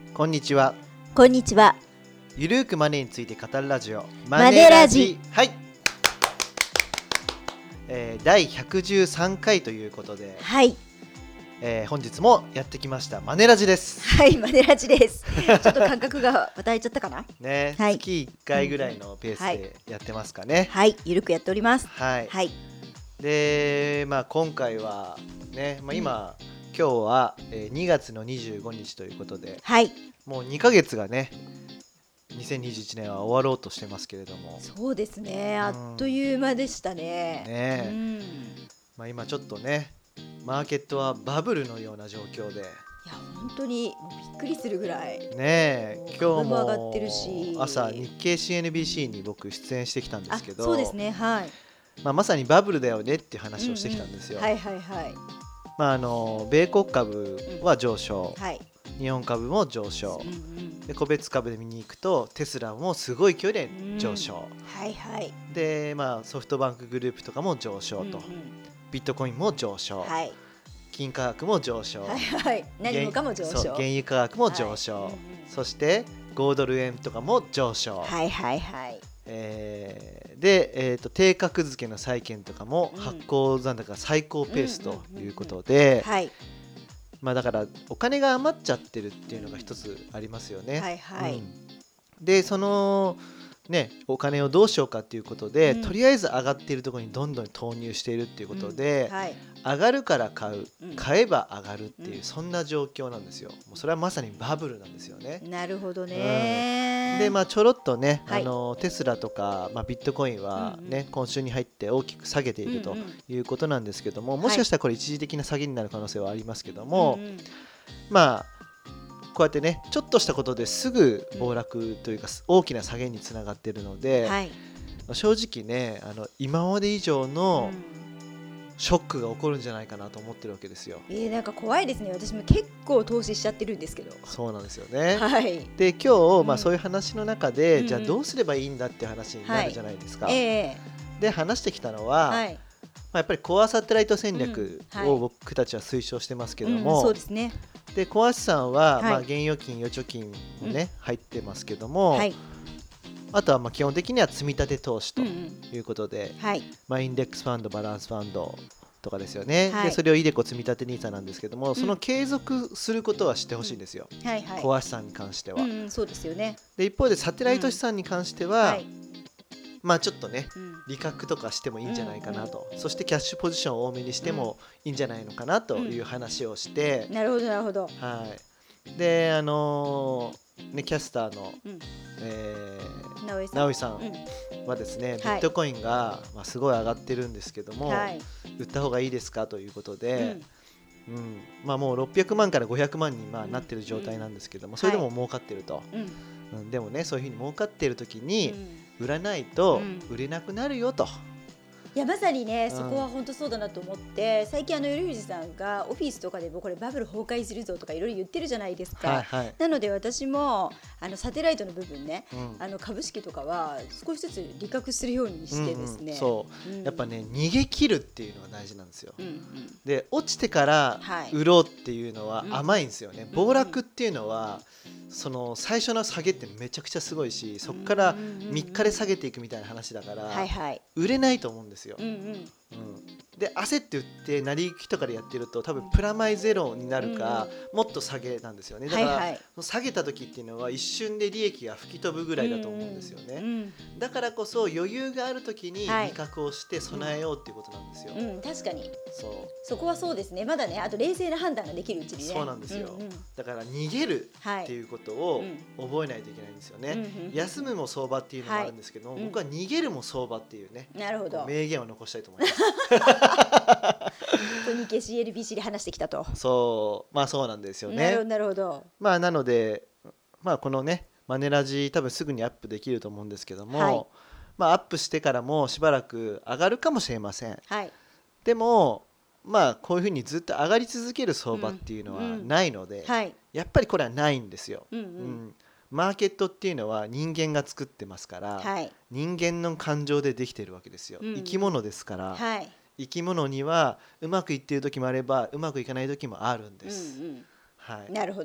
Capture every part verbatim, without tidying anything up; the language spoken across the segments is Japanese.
こんにちは。 こんにちは。 ゆるーくマネーについて語るラジオマネラジ。 はい、えー、だいひゃくじゅうさんかいということで、 はい、 えー、本日もやってきましたマネラジです。 はい、マネラジですちょっと感覚が渡れちゃったかなね、 はい、 月いっかいぐらいのペースでやってますかね。 はい、ゆるくやっております。 はい、 はい、 で、まあ、今回はね、まあ、今、うん、今日は、えー、にがつのにじゅうごにちということで、 はい、もうにかげつがねにせんにじゅういちねんは終わろうとしてますけれども。 そうですね、あっという間でしたね。 ね、 うん、 まあ、今ちょっとねマーケットはバブルのような状況で、いや本当にびっくりするぐらいねえ、今日も上がってるし、 朝日経 シーエヌビーシー に僕出演してきたんですけど、 そうですね、はい、 まあ、まさにバブルだよねっていう話をしてきたんですよ。 うんうん、はいはいはい。 まあ、あの米国株は上昇、 うん、はい、 日本株も上昇、うんうん、で個別株で見に行くとテスラもすごい勢いで上昇、 うん、はいはい、 で、まあ、ソフトバンクグループとかも上昇と、うんうん、ビットコインも上昇、はい、金価格も上昇、はいはい、 何もかも上昇、 原油価格も上昇、はい、うんうん、そしてごドル円とかも上昇、はいはいはい、えー、で、えーと、低格付けの債券とかも発行残高最高ペースということで、まあだからお金が余っちゃってるっていうのが一つありますよね。はいはい、うん、でそのね、お金をどうしようかっていうことで、うん、とりあえず上がっているところにどんどん投入しているっていうことで、うん、はい、上がるから買う、うん、買えば上がるっていう、うん、そんな状況なんですよ。もうそれはまさにバブルなんですよね。 なるほどね、 うん、でまあちょろっとね、はい、あのテスラとか、まあ、ビットコインはね、うんうん、今週に入って大きく下げているということなんですけども、うんうん、もしかしたらこれ一時的な下げになる可能性はありますけども、はい、まあこうやってねちょっとしたことですぐ暴落というか、うん、大きな下げにつながっているので、はい、正直ねあの今まで以上のショックが起こるんじゃないかなと思ってるわけですよ。 えー、なんか怖いですね。私も結構投資しちゃってるんですけど。 そうなんですよね、 はい、 で今日、まあ、そういう話の中で、うん、じゃあどうすればいいんだっていう話になるじゃないですか、はい、えー、で話してきたのは、はい、まあ、やっぱりコアサテライト戦略を僕たちは推奨してますけども、うん、そうですね。でコア資産は、はい、まあ、現預金預貯金もね、うん、入ってますけども、はい、あとはまあ基本的には積み立て投資ということで、うんうん、はい、まあ、インデックスファンドバランスファンドとかですよね、はい、でそれをイデコ積み立てニーサなんですけども、うん、その継続することはしてほしいんですよ、うん、はいはい、コア資産に関しては、うんうん、そうですよね。で一方でサテライト資産に関しては、うん、はい、まあちょっとね、うん、利確とかしてもいいんじゃないかなと、うんうん、そしてキャッシュポジションを多めにしてもいいんじゃないのかなという話をして、うん、なるほどなるほど、はい、であのー、ねキャスターの、うん、えー、直井さん、直井さんはですね、うん、ビットコインが、まあ、すごい上がってるんですけども、はい、売った方がいいですかということで、うんうん、まあもうろっぴゃくまんからごひゃくまんにまあなってる状態なんですけども、うん、それでも儲かってると、はい、うん、でもねそういうふうに儲かってる時に、売らないと売れなくなるよと、 いやまさにね、うん、そこは本当そうだなと思って、最近あの頼藤さんがオフィスとかでもこれバブル崩壊するぞとかいろいろ言ってるじゃないですか、はいはい、なので私もあのサテライトの部分ね、うん、あの株式とかは少しずつ利確するようにしてですね、うんうん、 そう、うん、やっぱね逃げ切るっていうのが大事なんですよ、うんうん、で落ちてから売ろうっていうのは甘いんですよね、はい、暴落っていうのはその最初の下げってめちゃくちゃすごいし、そこからみっかで下げていくみたいな話だから、はいはい、売れないと思うんですよ、うんうんうん、で焦って売って成り行きとかでやってると多分プラマイゼロになるか、うん、もっと下げなんですよね。だから、はいはい、下げた時っていうのは一瞬で利益が吹き飛ぶぐらいだと思うんですよね、うんうん、だからこそ余裕がある時に利確をして備えようっていうことなんですよ、 うんうん、確かにそう、そこはそうですね。まだね、あと冷静な判断ができるうちにね、 そうなんですよ、うんうん、だから逃げるっていうことを覚えないといけないんですよね、うんうん、休むも相場っていうのもあるんですけど、はい、僕は逃げるも相場っていうね、なるほど名言を残したいと思います日経 シーエヌビーシー で話してきたと。 そうまあそうなんですよね。 なるほどなるほど。 まあなのでまあこのねマネラジ多分すぐにアップできると思うんですけども、はい、まあアップしてからもしばらく上がるかもしれません、はい、でもまあこういうふうにずっと上がり続ける相場っていうのはないので、うんうん、はい、やっぱりこれはないんですよ、うんうんうん、マーケットっていうのは人間が作ってますから、はい、人間の感情でできてるわけですよ、うんうん、生き物ですから、はい、生き物にはうまくいっている時もあればうまくいかない時もあるんです、うんうん、はい、 なるほど。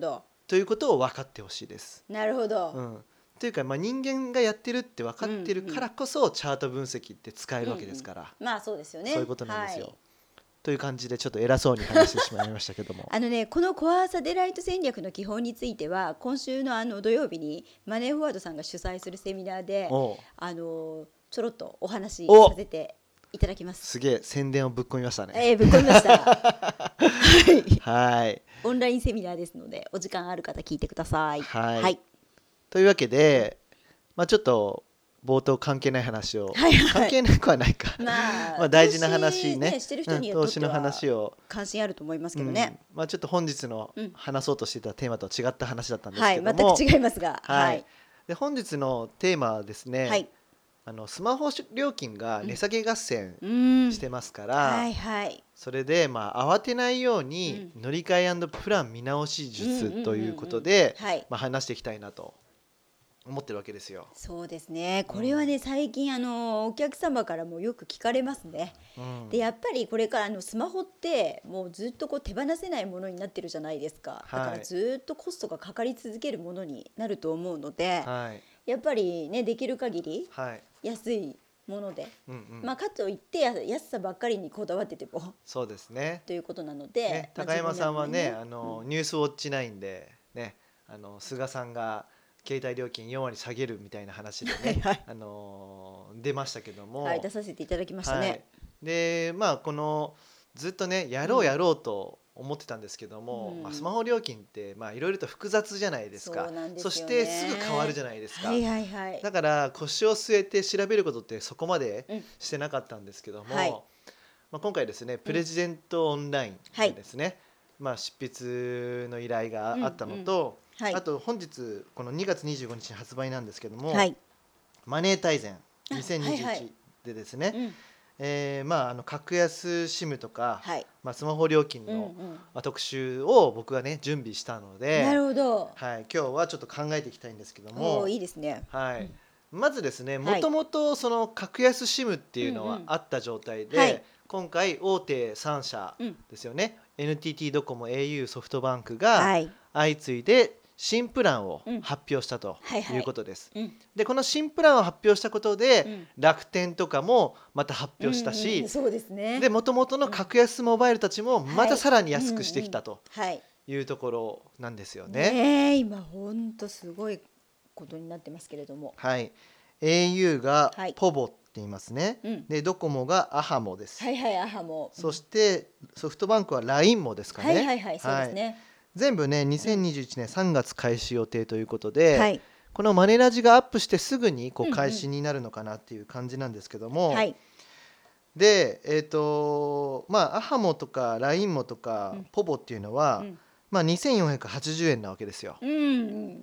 ということを分かってほしいです。 なるほど、 うん、というか、まあ、人間がやってるって分かってるからこそ、うんうん、チャート分析って使えるわけですから、うんうん、まあそうですよね、 そういうことなんですよ、はい、という感じでちょっと偉そうに話してしまいましたけどもあのね、このコアサテライト戦略の基本については今週のあの土曜日にマネーフォワードさんが主催するセミナーであのちょろっとお話しさせていただきます。 すげえ宣伝をぶっ込みましたね。 えー、ぶっ込みましたはいはい、 オンラインセミナーですのでお時間ある方聞いてください。 はい、 はい、 というわけで、まあ、ちょっと冒頭関係ない話を、 はいはい、 関係なくはないか、まあ、まあ大事な話ね、 ねしてる人によっては関心あると思いますけどね、 うん、まあ、ちょっと本日の話そうとしていたテーマと違った話だったんですけども、 はい、全く違いますが、 はいはい、で本日のテーマはですね、はい、あのスマホ料金が値下げ合戦してますから、 はいはい、 それでまあ慌てないように乗り換え&プラン見直し術ということで話していきたいなと思ってるわけですよ。 そうですね、これはね、うん、最近あのお客様からもよく聞かれますね、うん、でやっぱりこれからあのスマホってもうずっとこう手放せないものになってるじゃないですか、はい、だからずっとコストがかかり続けるものになると思うので、はい、やっぱりねできる限り安いもので、うんうん、まあかといって安さばっかりにこだわっててもそうですねということなので、ね、 高山さんはね、あの、うん、ニュースウォッチナインでね、あの菅さんが携帯料金よんわり下げるみたいな話でね、はいはい、あのー、出ましたけども、 はい、出させていただきましたね、はい、 でまあこのずっとねやろうやろうと思ってたんですけども、うん、まあ、スマホ料金ってまあいろいろと複雑じゃないですか。 そうなんですよね。 そしてすぐ変わるじゃないですか、 はいはいはい、 だから腰を据えて調べることってそこまでしてなかったんですけども、うん、はい、まあ、今回ですねプレジデントオンラインでですね、はい、まあ、執筆の依頼があったのと、うんうん、はい、あと本日このにがつにじゅうごにちに発売なんですけども、はい、マネー大全にせんにじゅういちでですね、はいはい、うん、えーまあ、あの格安 SIM とか、はい、まあ、スマホ料金の、うんうん、まあ、特集を僕がね準備したので、 なるほど、 はい、今日はちょっと考えていきたいんですけども、 おいいですね、 はい、うん、まずですねもともとその格安 SIM っていうのはあった状態で、うんうん、はい、今回大手さん社ですよね、うん、エヌティーティー ドコモ エーユー ソフトバンクが相次いで新プランを発表したということです。でこの新プランを発表したことで、うん、楽天とかもまた発表したし、うんうん、 そうですね、 で元々の格安モバイルたちもまたさらに安くしてきたというところなんですよね。 はい、ねえ今本当すごいことになってますけれども、 はい、エーユー がポボって言いますね、はい、でドコモがアハモです。 はいはいアハモ、 そしてソフトバンクは ライン モですかね。 はいはいはいそうですね、はい、 全部ねにせんにじゅういちねんさんがつ開始予定ということで、はい、このマネラジがアップしてすぐにこう開始になるのかなっていう感じなんですけども、うんうん、はい、でえっ、ー、とまあアハモとか ライン モとか、うん、ポボっていうのは、うん、まあ、にせんよんひゃくはちじゅうえんなわけですよ、 うんうん、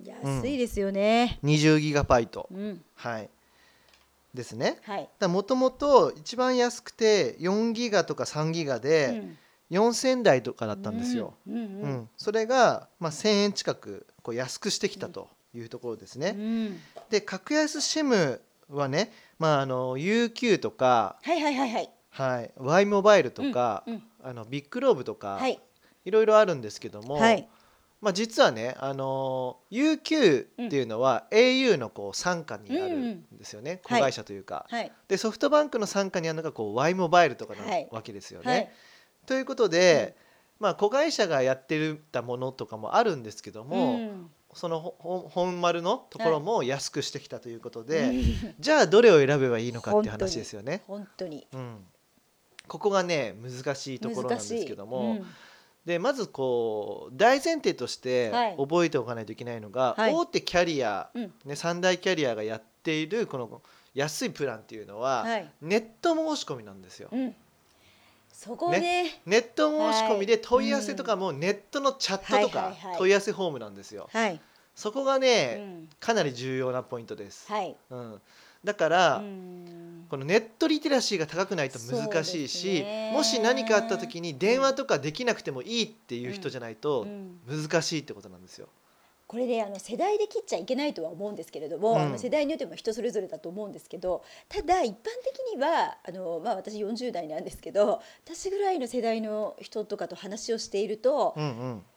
安いですよね、 うん、にじゅうギガバイト、うん、はいですね。もともと一番安くてよんギガとかさんギガで、うん、よんせんだいとかだったんですよ、うんうんうん、それが、まあ、せんえん近くこう安くしてきたというところですね、うん、で格安 SIM はね、まあ、あの ユーキュー とか、 はいはいはいはいはい、Y モバイルとか、うんうん、あのビッグローブとか、はい、いろいろあるんですけども、はい、まあ、実はね、あの ユーキュー っていうのは エーユー のこう傘下にあるんですよね、うんうん、子会社というか、はい、でソフトバンクの傘下にあるのがこう Y モバイルとかなわけですよね、はいはい、ということで、うん、まあ、子会社がやってたものとかもあるんですけども、うん、その本丸のところも安くしてきたということで、はい、じゃあどれを選べばいいのかっていう話ですよね。 本当に、 うん、ここがね難しいところなんですけども、うん、でまずこう大前提として覚えておかないといけないのが、はい、大手キャリア、うんね、さん大キャリアがやっているこの安いプランっていうのは、はい、ネット申し込みなんですよ、うん、 そこね、 ね、ネット申し込みで問い合わせとかもネットのチャットとか問い合わせフォームなんですよ、はい、そこがね、うん、かなり重要なポイントです、はい、うん、だからこのネットリテラシーが高くないと難しいし、もし何かあった時に電話とかできなくてもいいっていう人じゃないと難しいってことなんですよ。 これであの世代で切っちゃいけないとは思うんですけれども、うん、あの世代によっても人それぞれだと思うんですけど、ただ一般的にはあの、まあ、私よんじゅう代なんですけど、私ぐらいの世代の人とかと話をしていると、うんうん、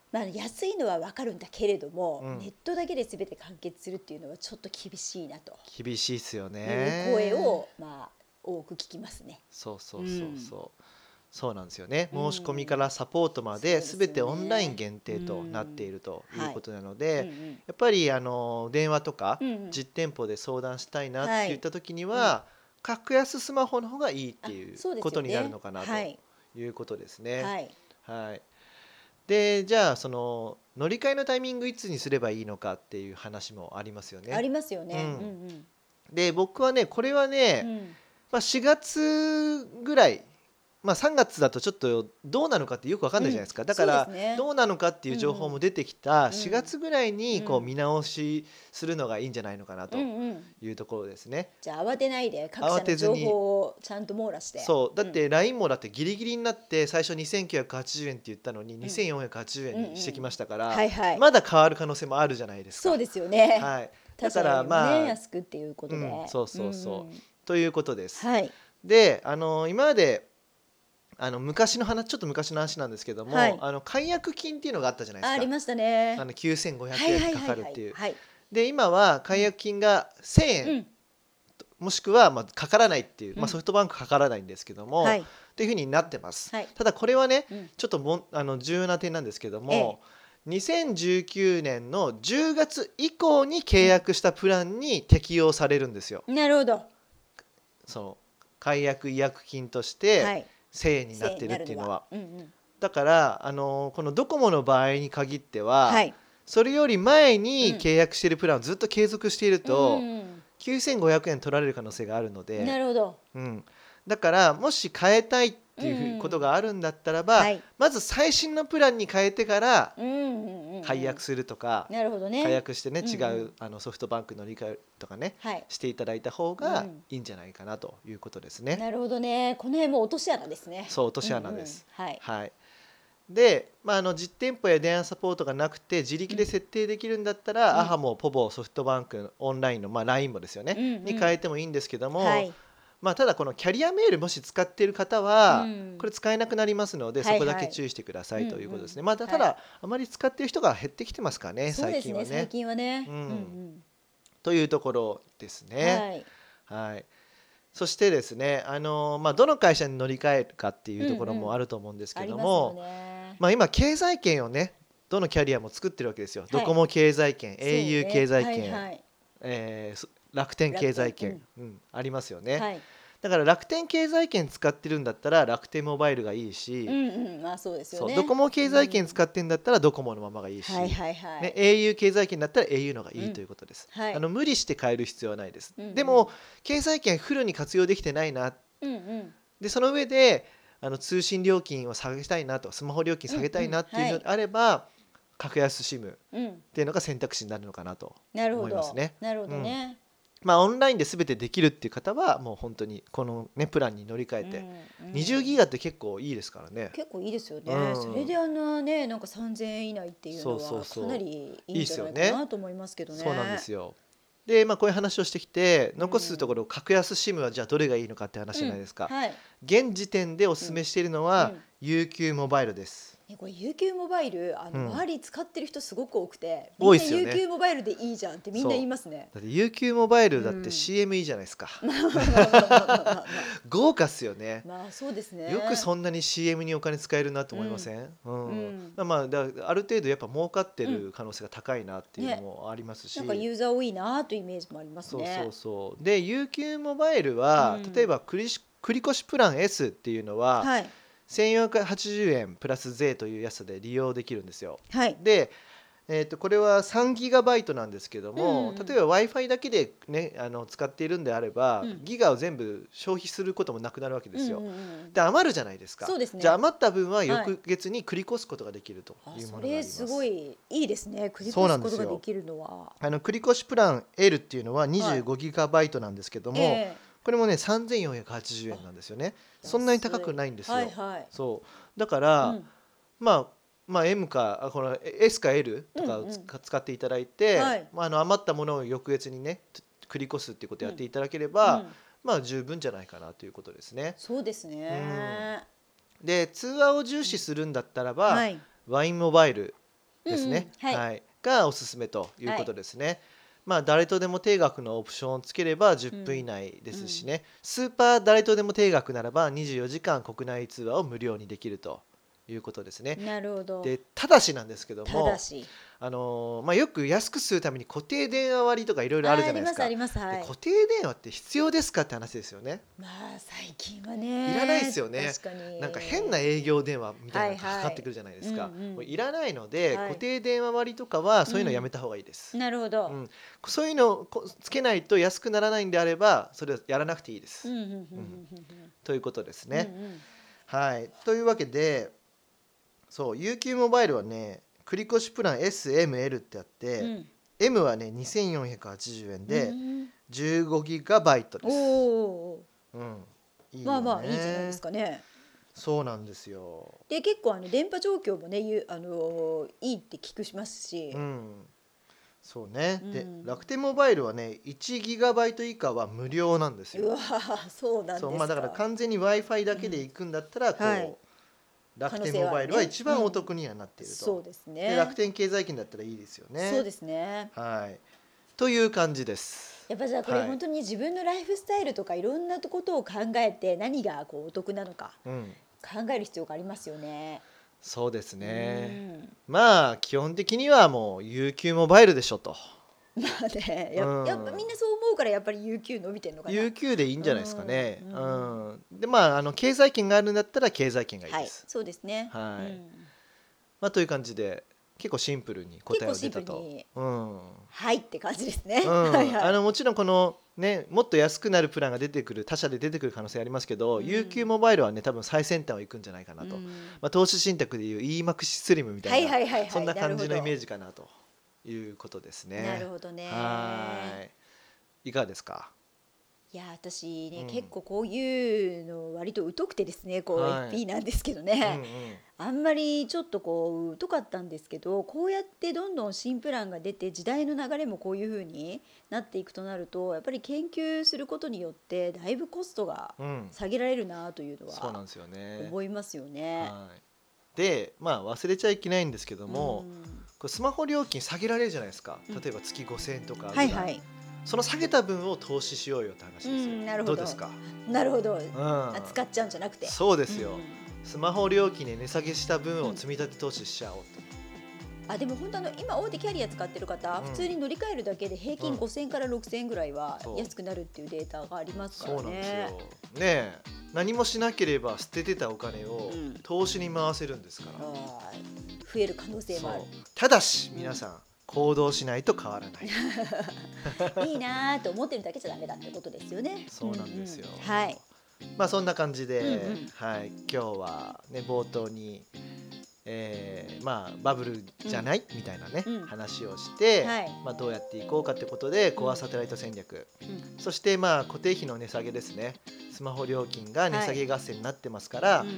まあ、安いのは分かるんだけれども、 うんネットだけで全て完結するっていうのはちょっと厳しいなと厳しいっすよいうね。 声を、まあ、多く聞きますね。 そうそうそうそう、そうなんですよね。 うん申し込みからサポートまでそうですよね全てオンライン限定となっているということなのうんで、 うんやっぱりあの電話とかうんうん実店舗で相談したいなはいって言った時には、格安スマホの方がいいっていあそううですよねことになるのかなとはいいうことですね。 はいはい。で、じゃあその乗り換えのタイミングいつにすればいいのかっていう話もありますよね。 ありますよね。 うんうんで、僕はねこれはうんね、 うんまあ、しがつぐらい、まあ、さんがつだとちょっとどうなのかってよく分かんないじゃないですか。だかそうでらすねどうなのかっていう情報も出てきたんしがつぐらいにこううん見直しするのがいいんじゃないのかなとうんうんいうところですね。 じゃあ慌てないで各慌社の情てずに報をちゃんと網羅してそうだって ライン もだってギリギリになって最初にせんきゅうひゃくはちじゅうえんって言ったのににせんよんひゃくはちじゅうえんにしてきましたかうんら、 はいはいまだ変わる可能性もあるじゃないですか。 そうですよね。 はい、 他だから社よりもね、 まあ安くっていうことで、 うんそうそうそううんうんということです。 はいで、あの今まであの昔の話ちょっと昔の話なんですけども、 はいあの解約金っていうのがあったじゃないですか。 あありましたね。 あのきゅうせんごひゃくはいえんかはいはいはいかるっていう。 はいで今は解約金がせんえん、 うんもしくはまあかからないっていう、 うんまあ、ソフトバンクかからないんですけども、 はいっていうふうになってます。 はいただこれはねうんちょっともんあの重要な点なんですけども、 ええにせんじゅうきゅうねんのじゅうがつ以降に契約したプランに適用されるんですよ。 なるほど。 その解約違約金としはてい。 せんえんになってるっていうのは。 うんうんだからあのこのドコモの場合に限っては、 はい。 それより前うんに契約しているプランをずっと継続していると、 うんきゅうせんごひゃくえん取られる可能性があるのうんで、 なるほど。 うん、だからもし変えたいっていうふううんことがあるんだったらば、 はい。 まず最新のプランに変えてからうんうんうん解約するとか、 なるほどね。 解約してね、 うんうん違うあのソフトバンク乗り換えとかねはい。 していただいた方がうんいいんじゃないかなということですね。 なるほどね。この辺も落とし穴ですね。 そう落とし穴です。 うんうんはい。 はい。で、まあ、あの実店舗や電話サポートがなくて自力で設定できるんだったら、 うんアハもポボソフトバンクオンラインの、まあ、ライン もですよね、 うんうんに変えてもいいんですけども、 はい。 まあ、ただこのキャリアメールもし使っている方は、 うんこれ使えなくなりますので、 はいはいそこだけ注意してくださいということですね。まあ、ただ、 はあまり使っている人が減ってきてますからねそうですね。 最近はね最。近はね。 うんうんというところですうんね。 はい。 はい、そしてですね、あのまあ、どの会社に乗り換えるかっていうところうんうんもあると思うんですありますけども、 よね。 まあ、今経済圏をねどのキャリアも作ってるわけですよ。 いドコモ経済圏、 そうね au 経済圏、 はいはいえーそ楽天経済圏、 楽うんありますよね。 はい。 だから楽天経済圏使ってるんだったら楽天モバイルがいいし、 うんうんまあそうですよね。 そうドコモ経済圏っ使ってんだったらドコモのままがいいし、 はいはいはい。 ね、au 経済圏だったら au のがいいうんということです。 はいあの無理して変える必要はないです。 うんうんでも経済圏フルに活用できてないな、 うんうんでその上であの通信料金を下げたいなとスマホ料金下げたいなっていうのであれば、格安 SIM っうんていうのが選択肢になるのかなとなるほど思いますね。 なるほどね。 まあオンラインで全てできるっていう方はもう本当にこのねプランに乗り換えて、 うんうんにじゅうギガって結構いいですからね。 結構いいですよね。 うんそれであのねなんかさんぜんえん以内っていうのそうそうそうはかなりいいんじゃないいいっすよねかなと思いますけどね。 そうなんですよ。でまあこういう話をしてきて残すところ格安 SIM はじゃあどれがいいのかって話じゃないですか。 うんはい。 現時点でお勧めしているのは、 うんユーキュー モバイルです。 ね、これ ユーキュー モバイルあの、 うん周り使ってる人すごく多くて多いっすよねみんな ユーキュー モバイルでいいじゃんってみんな言いますね。 だって ユーキュー モバイルだっうんて シーエム いいじゃないですか。 まあまあまあまあまあまあ豪華っすよね。 まあそうですね。 よくそんなに シーエム にお金使えるなと思いません？うんうんまあまあだある程度やっぱ儲かってる可能性が高いなっていうのもありますし、 なんかユーザー多いなというイメージもありますそうね。 そうそう。で ユーキュー モバイルは、 うん例えば繰り繰越プラン S っていうのは、 はいせんよんひゃくはちじゅうえんプラス税という安さで利用できるんですよ。 はい。 で、えー、とこれはさんギガバイトなんですけども、 うん例えば Wi-Fi だけで、ね、あの使っているんであれば、 うんギガを全部消費することもなくなるわけですよ。 うんうんうんで余るじゃないですか。 そうですねじゃあ余った分は翌月に繰り越すことができるとあいうもそのがあります。 れすごいいいですね。繰り越すそうなんですよことができるのは。 あの繰り越しプラン L っていうのはにじゅうごギガバイトなんですけども、 えこれもねさんぜんよんひゃくはちじゅうえんなんですよね。 えそんなに高くないんですよ。 はいはい。 そうだから、 うんまあまあ M かあこの S か L とかをつうんか使っていただいて、 はいまあ、あの余ったものを翌月にね繰り越すっていうことをやっていただければ、 うんまあ十分じゃないかなということですね。 そうですね。 で通話を重視するんだったらば、 はい。 ワインモバイルですね、 うんうん、はいはい、がおすすめということですね、はい、まあ誰とでも定額のオプションをつければじゅっぷん以内ですしね、うん、スーパー誰とでも定額ならばにじゅうよじかん国内通話を無料にできるということですね。 なるほど。 でただしなんですけども、 ただしあのーまあ、よく安くするために固定電話割とかいろいろあるじゃないですか。 ありますあります、はい、 固定電話って必要ですかって話ですよね。 まあ最近はねいらないですよね。 確かになんか変な営業電話みたいなのがかかってくるじゃないですか、はいはい、もういらないので、はい、固定電話割とかはそういうのやめた方がいいです、 うん、なるほど、 うん、そういうのをつけないと安くならないんであればそれをやらなくていいです、うんうん、ということですね、うんうん、はい。というわけでそう ユーキュー モバイルはね繰越プラン エスエムエル ってあって、うん、M はねにせんよんひゃくはちじゅうえんで じゅうごギガバイト です。おー、うん、いいよね。 まあまあいいじゃないですかね。 そうなんですよ。 で結構あの電波状況もねあのいいって聞くしますし、 うん、そうね、うん、で楽天モバイルはねいちギガバイト以下は無料なんですよ。 うわそうなんですか。 そう、まあ、だから完全に Wi-Fi だけで行くんだったらこう、うん、はい、楽天モバイルは一番お得にはなっていると、うん、そうですね。で楽天経済圏だったらいいですよね。 そうですね、 はい、という感じです。 やっぱじゃあこれ本当に自分のライフスタイルとかいろんなことを考えて何がこうお得なのか考える必要がありますよね、うん、 そうですね、うん、まあ基本的にはもう ユーキュー モバイルでしょと。 まあね、や、うん、やっぱみんなそう思うからやっぱり ユーキュー 伸びてるのかな。 ユーキュー でいいんじゃないですかね、うんうん、でまああの経済圏があるんだったら経済圏がいいです、 はい、そうですね、 はい、うん、まあ、という感じで結構シンプルに答えが出たと、うん、 はいって感じですね、うん、 はいはい、あのもちろんこのねもっと安くなるプランが出てくる他社で出てくる可能性ありますけど、うん、ユーキュー モバイルはね多分最先端を行くんじゃないかなと、うん、まあ、投資信託でいう イーマックス スリムみたいな、はいはいはいはい、そんな感じのイメージかなということですね。 なるほどね。 はい、いかがですか。 いや私ね、うん、結構こういうの割と疎くてですねこう エフピー なんですけどね、はい、うんうん、あんまりちょっとこう疎かったんですけど、こうやってどんどん新プランが出て時代の流れもこういう風になっていくとなるとやっぱり研究することによってだいぶコストが下げられるなというのは思いますよね。 はい、でまあ忘れちゃいけないんですけども、うん、これスマホ料金下げられるじゃないですか。例えば月ごせんえんとか、うん、はいはい、その下げた分を投資しようよって話ですよ、うん、なるほど。どうですか。 なるほど、うん、使っちゃうんじゃなくてそうですよ、うん、スマホ料金で値下げした分を積み立て投資しちゃおうと、 うん、あでも本当あの今大手キャリア使ってる方、うん、普通に乗り換えるだけで平均ごせんえんからろくせんえんぐらいは安くなるっていうデータがありますからね。 そうなんですよね。え何もしなければ捨ててたお金を投資に回せるんですから、うん、 あ増える可能性もある。 ただし皆さん、うん、行動しないと変わらないいいなと思ってるだけじゃダメだってことですよね。 そうなんですよ、 うんうん、はい、 まあそんな感じで、うんうん、はい、今日はね冒頭に、えー、まあバブルじゃない、うん、みたいなね、うん、話をして、はい、まあ、どうやっていこうかってことでコアサテライト戦略、うん、そしてまあ固定費の値下げですね。スマホ料金が値下げ合戦になってますから、はい、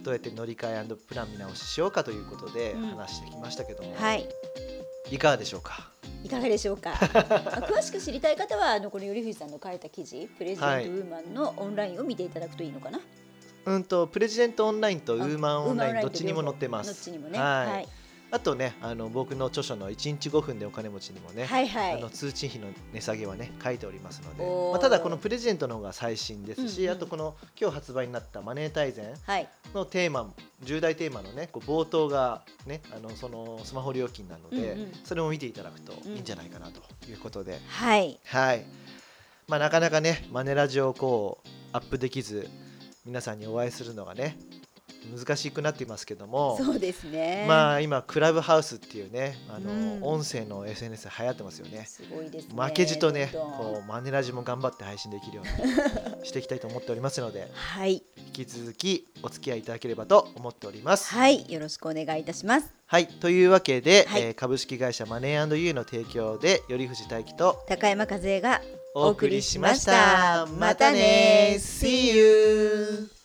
どうやって乗り換え&プラン見直ししようかということで話してきましたけども、うん、はい、いかがでしょうか。 いかがでしょうか詳しく知りたい方はあのこの頼藤さんの書いた記事プレジデントウーマンのオンラインを見ていただくといいのかな。 うんとプレジデントオンラインとウーマンオンラインどっちにも載ってます。 どっちにもね、 はい、はい、あとねあの僕の著書のいちにちごふんでお金持ちにもね、はいはい、あの通知費の値下げはね書いておりますので、まあ、ただこのプレジデントの方が最新ですし、うんうん、あとこの今日発売になったマネー大全のテーマ、はい、重大テーマのねこう冒頭がねあのそのスマホ料金なので、うんうん、それも見ていただくといいんじゃないかなということで、うん、はい、はい、まあ、なかなかねマネラジをこうアップできず皆さんにお会いするのがね難しくなっていますけども、 そうですね、 まあ今クラブハウスっていうねあの、うん、音声の エスエヌエス 流行ってますよね。 すごいですね。 負けじとねこうマネラジも頑張って配信できるようにしていきたいと思っておりますので、はい、引き続きお付き合いいただければと思っております。 はい、よろしくお願いいたします。 はい、というわけで、はい、えー、株式会社マネー&ユーの提供で頼藤大樹と高山和恵がお送りしました。またね See you